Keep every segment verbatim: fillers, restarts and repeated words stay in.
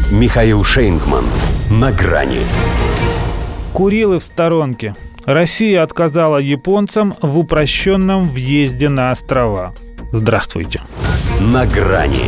Михаил Шейнгман. На грани. Курилы в сторонке. Россия отказала японцам в упрощенном въезде на острова. Здравствуйте. На грани.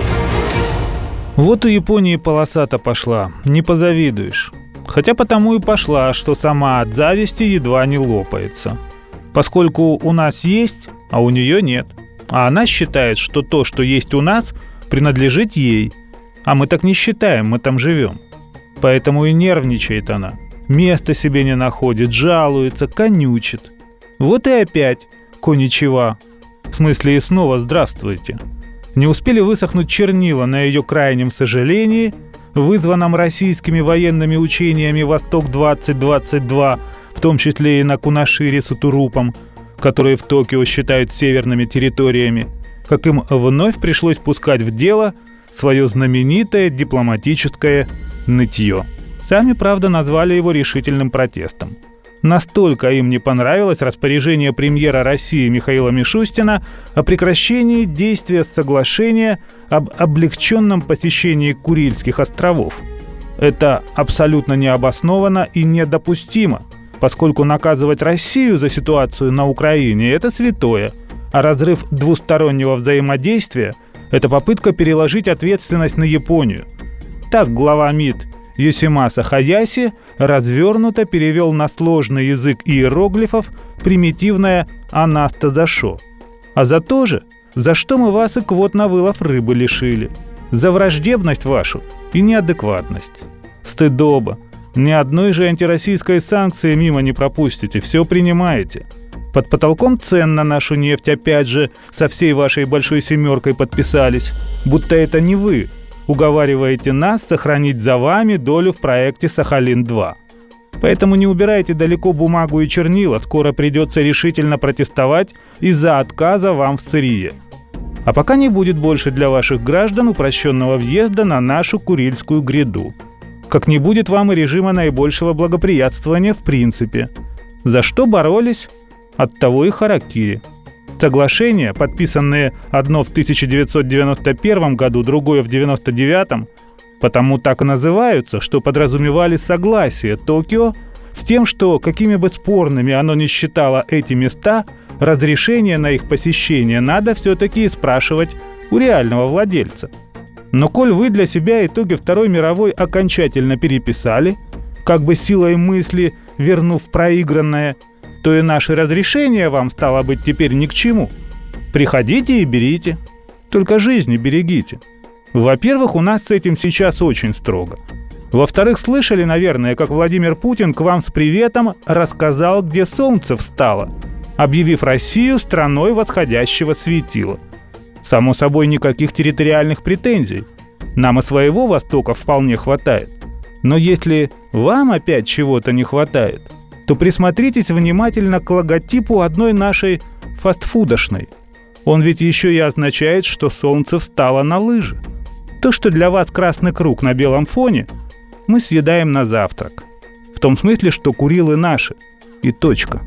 Вот у Японии полоса-то пошла, не позавидуешь. Хотя потому и пошла, что сама от зависти едва не лопается. Поскольку у нас есть, а у нее нет. А она считает, что то, что есть у нас, принадлежит ей. А мы так не считаем, мы там живем. Поэтому и нервничает она. Места себе не находит, жалуется, конючит. Вот и опять коничева. В смысле и снова здравствуйте. Не успели высохнуть чернила на ее крайнем сожалении, вызванном российскими военными учениями «Восток-двадцать двадцать два», в том числе и на Кунашире с Утурупом, которые в Токио считают северными территориями, как им вновь пришлось пускать в дело свое знаменитое дипломатическое нытье. Сами, правда, назвали его решительным протестом. Настолько им не понравилось распоряжение премьера России Михаила Мишустина о прекращении действия соглашения об облегченном посещении Курильских островов. Это абсолютно необоснованно и недопустимо, поскольку наказывать Россию за ситуацию на Украине – это святое, а разрыв двустороннего взаимодействия – это попытка переложить ответственность на Японию. Так глава МИД Йосимаса Хаяси развернуто перевел на сложный язык иероглифов примитивное «анастазашо». А за то же, за что мы вас и квот на вылов рыбы лишили. За враждебность вашу и неадекватность. Стыдоба. Ни одной же антироссийской санкции мимо не пропустите, все принимаете. Под потолком цен на нашу нефть опять же со всей вашей большой семеркой подписались, будто это не вы уговариваете нас сохранить за вами долю в проекте «Сахалин-два». Поэтому не убирайте далеко бумагу и чернила, скоро придется решительно протестовать из-за отказа вам в сырье. А пока не будет больше для ваших граждан упрощенного въезда на нашу Курильскую гряду. Как не будет вам и режима наибольшего благоприятствования в принципе. За что боролись, от того и харакири. Соглашения, подписанные одно в тысяча девятьсот девяносто первом году, другое в девяносто девятом, потому так и называются, что подразумевали согласие Токио с тем, что, какими бы спорными оно ни считало эти места, разрешение на их посещение надо все-таки спрашивать у реального владельца. Но коль вы для себя итоги Второй мировой окончательно переписали, как бы силой мысли вернув проигранное, то и наше разрешение вам стало быть теперь ни к чему. Приходите и берите. Только жизни берегите. Во-первых, у нас с этим сейчас очень строго. Во-вторых, слышали, наверное, как Владимир Путин к вам с приветом рассказал, где солнце встало, объявив Россию страной восходящего светила. Само собой, никаких территориальных претензий. Нам и своего Востока вполне хватает. Но если вам опять чего-то не хватает, то присмотритесь внимательно к логотипу одной нашей фастфудошной. Он ведь еще и означает, что солнце встало на лыжи. То, что для вас красный круг на белом фоне, мы съедаем на завтрак. В том смысле, что Курилы наши. И точка.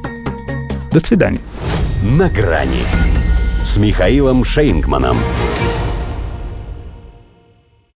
До свидания. На грани с Михаилом Шейнгманом.